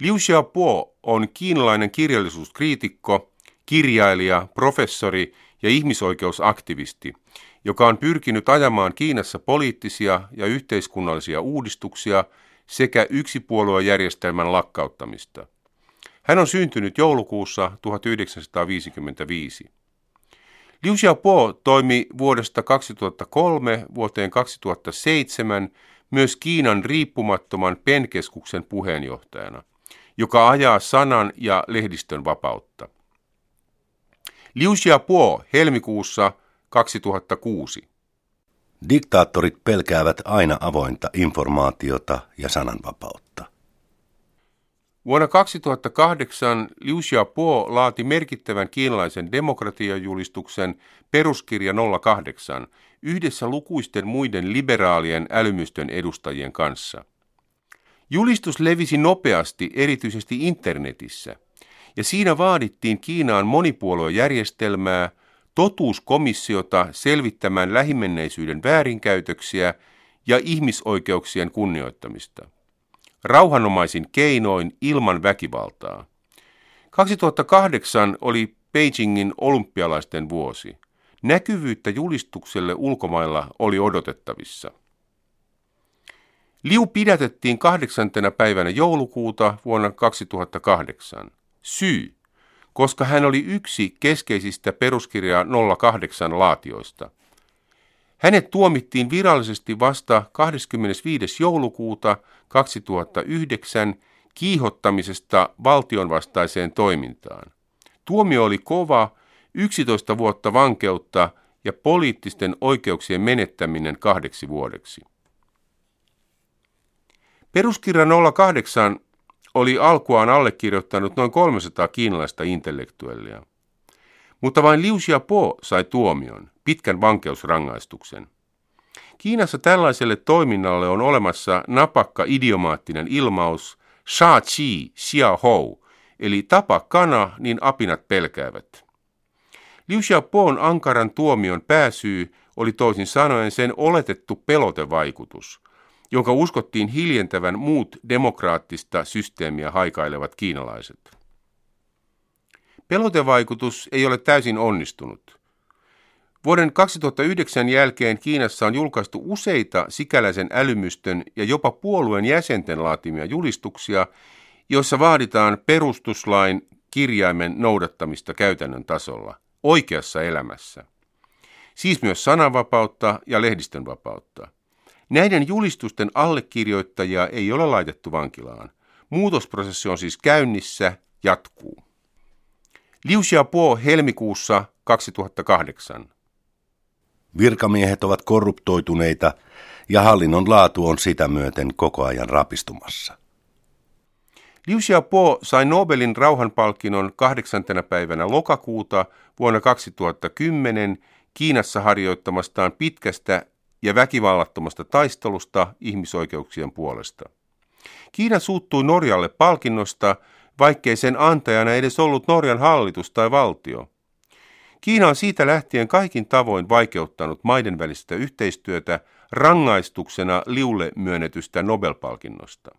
Liu Xiaobo on kiinalainen kirjallisuuskriitikko, kirjailija, professori ja ihmisoikeusaktivisti, joka on pyrkinyt ajamaan Kiinassa poliittisia ja yhteiskunnallisia uudistuksia sekä yksipuoluejärjestelmän lakkauttamista. Hän on syntynyt joulukuussa 1955. Liu Xiaobo toimi vuodesta 2003 vuoteen 2007 myös Kiinan riippumattoman PEN-keskuksen puheenjohtajana, joka ajaa sanan ja lehdistön vapautta. Liu Xiaobo helmikuussa 2006. Diktaattorit pelkäävät aina avointa informaatiota ja sananvapautta. Vuonna 2008 Liu Xiaobo laati merkittävän kiinalaisen demokratiajulistuksen Peruskirja 08 yhdessä lukuisten muiden liberaalien älymystön edustajien kanssa. Julistus levisi nopeasti erityisesti internetissä, ja siinä vaadittiin Kiinaan monipuoluejärjestelmää, totuuskomissiota selvittämään lähimenneisyyden väärinkäytöksiä ja ihmisoikeuksien kunnioittamista. Rauhanomaisin keinoin ilman väkivaltaa. 2008 oli Beijingin olympialaisten vuosi. Näkyvyyttä julistukselle ulkomailla oli odotettavissa. Liu pidätettiin 8. päivänä joulukuuta vuonna 2008. Syy, koska hän oli yksi keskeisistä Peruskirja 08 laatioista. Hänet tuomittiin virallisesti vasta 25. joulukuuta 2009 kiihottamisesta valtionvastaiseen toimintaan. Tuomio oli kova, 11 vuotta vankeutta ja poliittisten oikeuksien menettäminen 2 vuodeksi. Peruskirja 08 oli alkuaan allekirjoittanut noin 300 kiinalaista intellektuellia. Mutta vain Liu Xiaobo sai tuomion, pitkän vankeusrangaistuksen. Kiinassa tällaiselle toiminnalle on olemassa napakka idiomaattinen ilmaus sha qi xia hou, eli tapa kana, niin apinat pelkäävät. Liu Xiaobon ankaran tuomion pääsyy oli toisin sanoen sen oletettu pelotevaikutus, jonka uskottiin hiljentävän muut demokraattista systeemiä haikailevat kiinalaiset. Pelotevaikutus ei ole täysin onnistunut. Vuoden 2009 jälkeen Kiinassa on julkaistu useita sikäläisen älymystön ja jopa puolueen jäsenten laatimia julistuksia, joissa vaaditaan perustuslain kirjaimen noudattamista käytännön tasolla, oikeassa elämässä. Siis myös sananvapautta ja lehdistönvapautta. Näiden julistusten allekirjoittajia ei ole laitettu vankilaan. Muutosprosessi on siis käynnissä, jatkuu. Liu Xiaobo helmikuussa 2008. Virkamiehet ovat korruptoituneita ja hallinnon laatu on sitä myöten koko ajan rapistumassa. Liu Xiaobo sai Nobelin rauhanpalkinnon 8. päivänä lokakuuta vuonna 2010 Kiinassa harjoittamastaan pitkästä ja väkivallattomasta taistelusta ihmisoikeuksien puolesta. Kiina suuttui Norjalle palkinnosta, vaikkei sen antajana edes ollut Norjan hallitus tai valtio. Kiina on siitä lähtien kaikin tavoin vaikeuttanut maiden välistä yhteistyötä rangaistuksena Liulle myönnetystä Nobel-palkinnosta.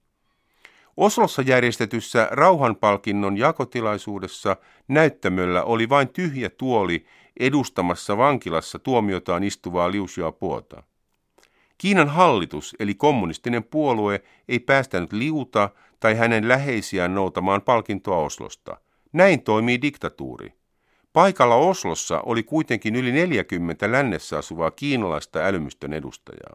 Oslossa järjestetyssä rauhanpalkinnon jakotilaisuudessa näyttämöllä oli vain tyhjä tuoli edustamassa vankilassa tuomiotaan istuvaa Liu Xiaobota. Kiinan hallitus eli kommunistinen puolue ei päästänyt Liuta tai hänen läheisiään noutamaan palkintoa Oslosta. Näin toimii diktatuuri. Paikalla Oslossa oli kuitenkin yli 40 lännessä asuvaa kiinalaista älymystön edustajaa.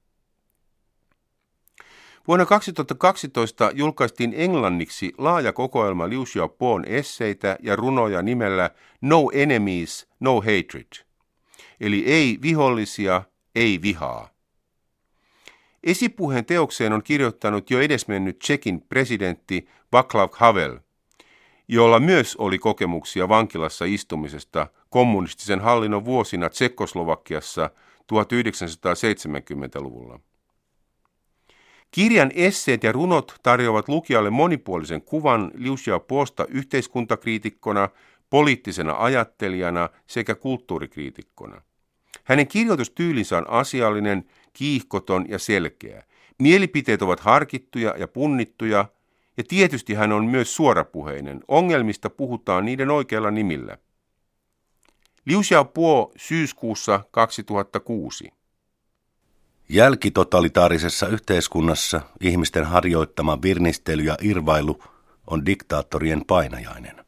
Vuonna 2012 julkaistiin englanniksi laaja kokoelma Liu Xiaobon esseitä ja runoja nimellä No Enemies, No Hatred, eli ei vihollisia, ei vihaa. Esipuheen teokseen on kirjoittanut jo edesmennyt Tšekin presidentti Václav Havel, jolla myös oli kokemuksia vankilassa istumisesta kommunistisen hallinnon vuosina Tsekkoslovakiassa 1970-luvulla. Kirjan esseet ja runot tarjoavat lukijalle monipuolisen kuvan Liu Xiaobosta yhteiskuntakriitikkona, poliittisena ajattelijana sekä kulttuurikriitikkona. Hänen kirjoitustyylinsä on asiallinen, kiihkoton ja selkeä. Mielipiteet ovat harkittuja ja punnittuja, Ja tietysti hän on myös suorapuheinen. Ongelmista puhutaan niiden oikealla nimillä. Liu Xiaobo syyskuussa 2006. Jälkitotalitaarisessa yhteiskunnassa ihmisten harjoittama virnistely ja irvailu on diktaattorien painajainen.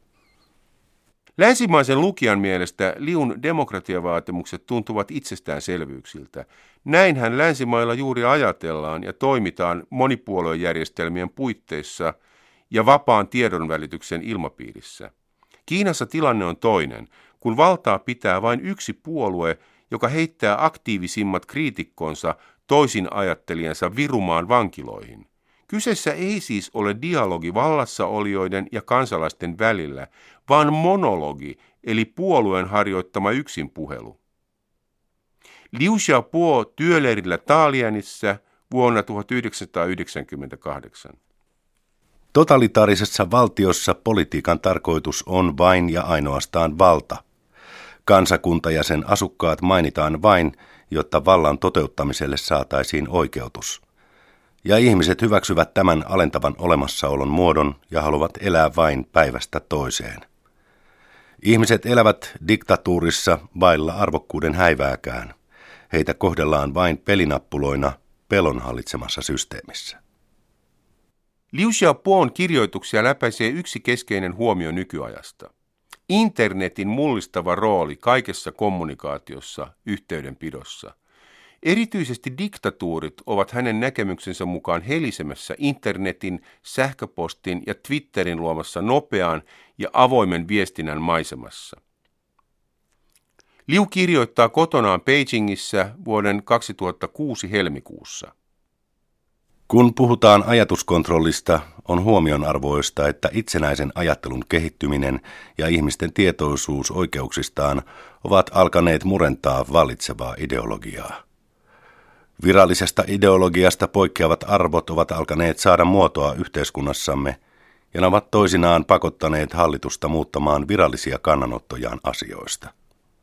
Länsimaisen lukijan mielestä Liun demokratiavaatimukset tuntuvat itsestäänselvyyksiltä. Näinhän länsimailla juuri ajatellaan ja toimitaan monipuoluejärjestelmien puitteissa ja vapaan tiedonvälityksen ilmapiirissä. Kiinassa tilanne on toinen, kun valtaa pitää vain yksi puolue, joka heittää aktiivisimmat kriitikkonsa toisin ajattelijansa virumaan vankiloihin. Kyseessä ei siis ole dialogi vallassaolijoiden ja kansalaisten välillä, vaan monologi, eli puolueen harjoittama yksinpuhelu. Liu Xiaobo työleirillä Dalianissa vuonna 1998. Totalitaarisessa valtiossa politiikan tarkoitus on vain ja ainoastaan valta. Kansakunta ja sen asukkaat mainitaan vain, jotta vallan toteuttamiselle saataisiin oikeutus. Ja ihmiset hyväksyvät tämän alentavan olemassaolon muodon ja haluavat elää vain päivästä toiseen. Ihmiset elävät diktatuurissa vailla arvokkuuden häivääkään. Heitä kohdellaan vain pelinappuloina pelon hallitsemassa systeemissä. Liu Xiaobon kirjoituksia läpäisee yksi keskeinen huomio nykyajasta. Internetin mullistava rooli kaikessa kommunikaatiossa, yhteydenpidossa. Erityisesti diktatuurit ovat hänen näkemyksensä mukaan helisemässä internetin, sähköpostin ja Twitterin luomassa nopean ja avoimen viestinnän maisemassa. Liu kirjoittaa kotonaan Beijingissä vuoden 2006 helmikuussa. Kun puhutaan ajatuskontrollista, on huomionarvoista, että itsenäisen ajattelun kehittyminen ja ihmisten tietoisuus oikeuksistaan ovat alkaneet murentaa vallitsevaa ideologiaa. Virallisesta ideologiasta poikkeavat arvot ovat alkaneet saada muotoa yhteiskunnassamme, ja ne ovat toisinaan pakottaneet hallitusta muuttamaan virallisia kannanottojaan asioista.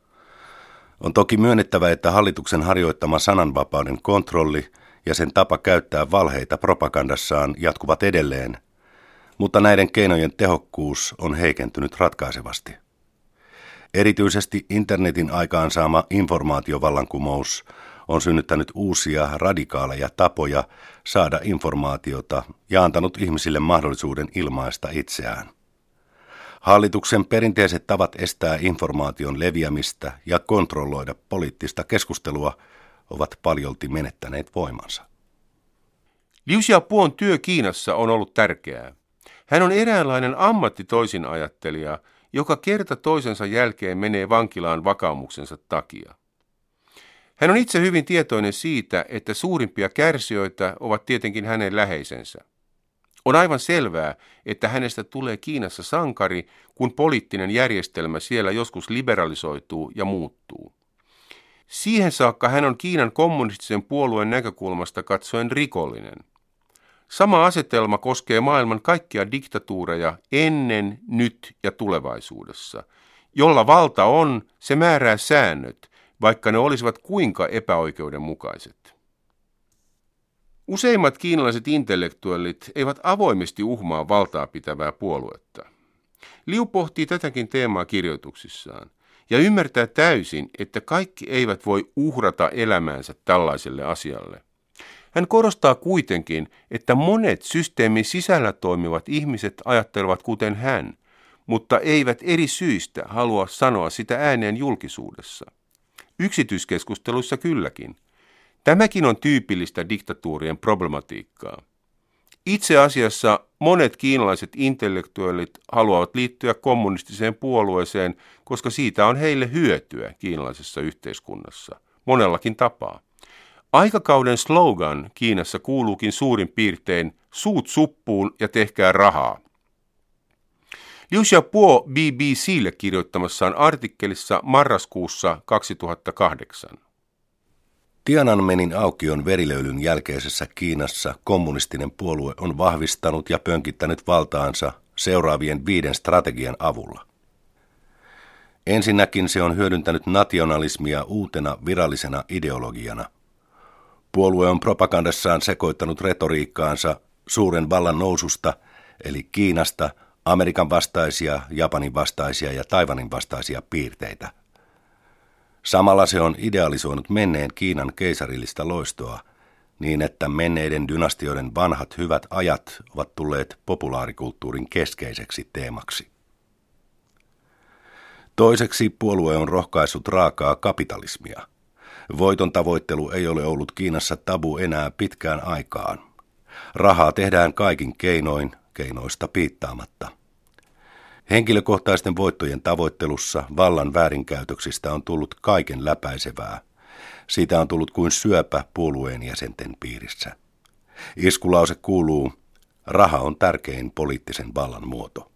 On toki myönnettävä, että hallituksen harjoittama sananvapauden kontrolli ja sen tapa käyttää valheita propagandassaan jatkuvat edelleen, mutta näiden keinojen tehokkuus on heikentynyt ratkaisevasti. Erityisesti internetin aikaansaama informaatiovallankumous on synnyttänyt uusia radikaaleja tapoja saada informaatiota ja antanut ihmisille mahdollisuuden ilmaista itseään. Hallituksen perinteiset tavat estää informaation leviämistä ja kontrolloida poliittista keskustelua ovat paljolti menettäneet voimansa. Liu Xiaobon työ Kiinassa on ollut tärkeää. Hän on eräänlainen ammattitoisinajattelija, joka kerta toisensa jälkeen menee vankilaan vakaumuksensa takia. Hän on itse hyvin tietoinen siitä, että suurimpia kärsijöitä ovat tietenkin hänen läheisensä. On aivan selvää, että hänestä tulee Kiinassa sankari, kun poliittinen järjestelmä siellä joskus liberalisoituu ja muuttuu. Siihen saakka hän on Kiinan kommunistisen puolueen näkökulmasta katsoen rikollinen. Sama asetelma koskee maailman kaikkia diktatuureja ennen, nyt ja tulevaisuudessa. Jolla valta on, se määrää säännöt, vaikka ne olisivat kuinka epäoikeudenmukaiset. Useimmat kiinalaiset intellektuellit eivät avoimesti uhmaa valtaa pitävää puoluetta. Liu pohtii tätäkin teemaa kirjoituksissaan ja ymmärtää täysin, että kaikki eivät voi uhrata elämäänsä tällaiselle asialle. Hän korostaa kuitenkin, että monet systeemin sisällä toimivat ihmiset ajattelevat kuten hän, mutta eivät eri syistä halua sanoa sitä ääneen julkisuudessa. Yksityiskeskusteluissa kylläkin. Tämäkin on tyypillistä diktatuurien problematiikkaa. Itse asiassa monet kiinalaiset intellektuellit haluavat liittyä kommunistiseen puolueeseen, koska siitä on heille hyötyä kiinalaisessa yhteiskunnassa, monellakin tapaa. Aikakauden slogan Kiinassa kuuluukin suurin piirtein suut suppuun ja tehkää rahaa. Liu Xiaobo BBC:lle kirjoittamassaan artikkelissa marraskuussa 2008. Tiananmenin aukion verilöylyn jälkeisessä Kiinassa kommunistinen puolue on vahvistanut ja pönkittänyt valtaansa seuraavien 5 strategian avulla. Ensinnäkin se on hyödyntänyt nationalismia uutena virallisena ideologiana. Puolue on propagandassaan sekoittanut retoriikkaansa suuren vallan noususta eli Kiinasta Amerikan vastaisia, Japanin vastaisia ja Taiwanin vastaisia piirteitä. Samalla se on idealisoinut menneen Kiinan keisarillista loistoa niin, että menneiden dynastioiden vanhat hyvät ajat ovat tulleet populaarikulttuurin keskeiseksi teemaksi. Toiseksi puolue on rohkaissut raakaa kapitalismia. Voiton tavoittelu ei ole ollut Kiinassa tabu enää pitkään aikaan. Rahaa tehdään kaikin keinoin, keinoista piittaamatta. Henkilökohtaisten voittojen tavoittelussa vallan väärinkäytöksistä on tullut kaiken läpäisevää. Siitä on tullut kuin syöpä puolueen jäsenten piirissä. Iskulause kuuluu, raha on tärkein poliittisen vallan muoto.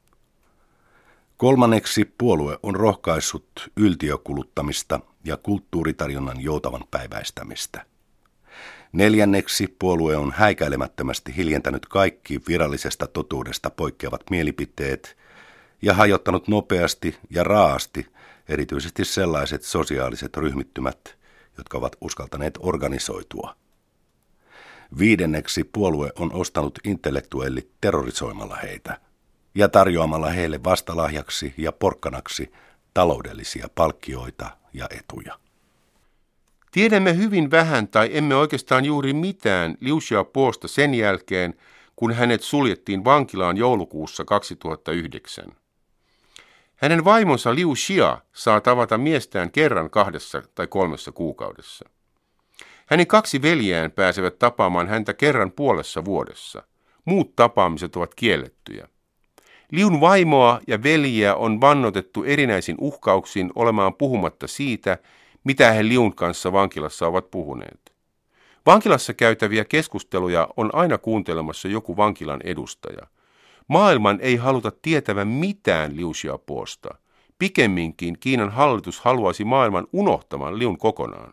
Kolmanneksi puolue on rohkaissut yltiökuluttamista ja kulttuuritarjonnan joutavan päiväistämistä. Neljänneksi puolue on häikäilemättömästi hiljentänyt kaikki virallisesta totuudesta poikkeavat mielipiteet ja hajottanut nopeasti ja raasti erityisesti sellaiset sosiaaliset ryhmittymät, jotka ovat uskaltaneet organisoitua. Viidenneksi puolue on ostanut intellektuellit terrorisoimalla heitä ja tarjoamalla heille vastalahjaksi ja porkkanaksi taloudellisia palkkioita ja etuja. Tiedämme hyvin vähän tai emme oikeastaan juuri mitään Liu Xiaobosta sen jälkeen, kun hänet suljettiin vankilaan joulukuussa 2009. Hänen vaimonsa Liu Xia saa tavata miestään kerran 2 tai 3 kuukaudessa. Hänen 2 veljeään pääsevät tapaamaan häntä kerran puolessa vuodessa. Muut tapaamiset ovat kiellettyjä. Liun vaimoa ja veljiä on vannotettu erinäisin uhkauksin olemaan puhumatta siitä, mitä he Liun kanssa vankilassa ovat puhuneet. Vankilassa käytäviä keskusteluja on aina kuuntelemassa joku vankilan edustaja. Maailman ei haluta tietävän mitään Liu Xiaobosta. Pikemminkin Kiinan hallitus haluaisi maailman unohtamaan Liun kokonaan.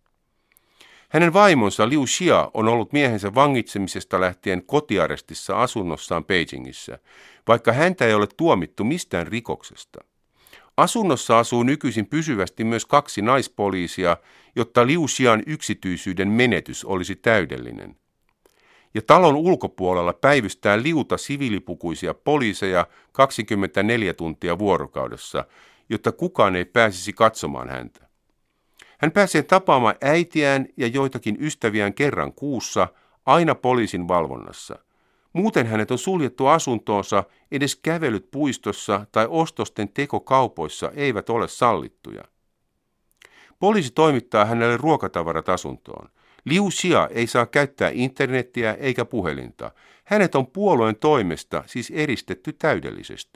Hänen vaimonsa Liu Xia on ollut miehensä vangitsemisesta lähtien kotiarestissa asunnossaan Beijingissä, vaikka häntä ei ole tuomittu mistään rikoksesta. Asunnossa asuu nykyisin pysyvästi myös 2 naispoliisia, jotta Liu Xian yksityisyyden menetys olisi täydellinen. Ja talon ulkopuolella päivystää liuta siviilipukuisia poliiseja 24 tuntia vuorokaudessa, jotta kukaan ei pääsisi katsomaan häntä. Hän pääsee tapaamaan äitiään ja joitakin ystäviään kerran kuussa, aina poliisin valvonnassa. Muuten hänet on suljettu asuntoonsa, edes kävelyt puistossa tai ostosten teko kaupoissa eivät ole sallittuja. Poliisi toimittaa hänelle ruokatavarat asuntoon. Liu Xia ei saa käyttää internettiä eikä puhelinta. Hänet on puolueen toimesta siis eristetty täydellisesti.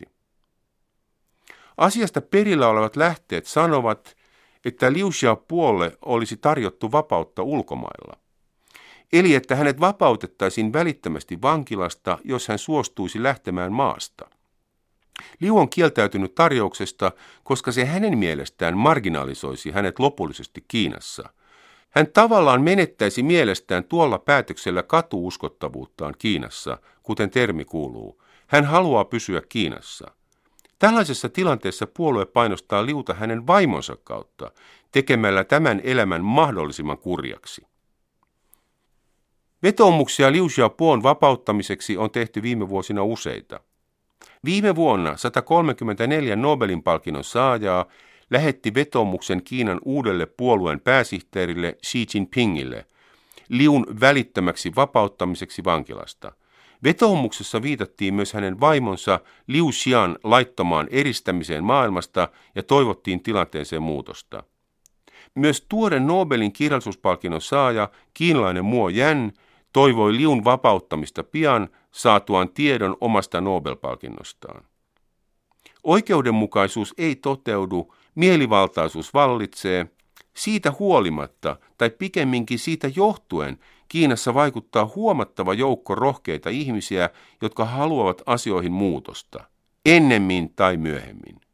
Asiasta perillä olevat lähteet sanovat, että Liu Xiaobolle olisi tarjottu vapautta ulkomailla. Eli että hänet vapautettaisiin välittömästi vankilasta, jos hän suostuisi lähtemään maasta. Liu on kieltäytynyt tarjouksesta, koska se hänen mielestään marginalisoisi hänet lopullisesti Kiinassa. Hän tavallaan menettäisi mielestään tuolla päätöksellä katuuskottavuuttaan Kiinassa, kuten termi kuuluu. Hän haluaa pysyä Kiinassa. Tällaisessa tilanteessa puolue painostaa Liuta hänen vaimonsa kautta, tekemällä tämän elämän mahdollisimman kurjaksi. Vetoomuksia Liu Xiaobon vapauttamiseksi on tehty viime vuosina useita. Viime vuonna 134 Nobelin palkinnon saajaa lähetti vetoomuksen Kiinan uudelle puolueen pääsihteerille Xi Jinpingille Liun välittömäksi vapauttamiseksi vankilasta. Vetoomuksessa viitattiin myös hänen vaimonsa Liu Xian laittomaan eristämiseen maailmasta ja toivottiin tilanteeseen muutosta. Myös tuore Nobelin kirjallisuuspalkinnon saaja, kiinalainen Mo Yan, toivoi Liun vapauttamista pian saatuaan tiedon omasta Nobel-palkinnostaan. Oikeudenmukaisuus ei toteudu, mielivaltaisuus vallitsee. Siitä huolimatta, tai pikemminkin siitä johtuen, Kiinassa vaikuttaa huomattava joukko rohkeita ihmisiä, jotka haluavat asioihin muutosta, ennemmin tai myöhemmin.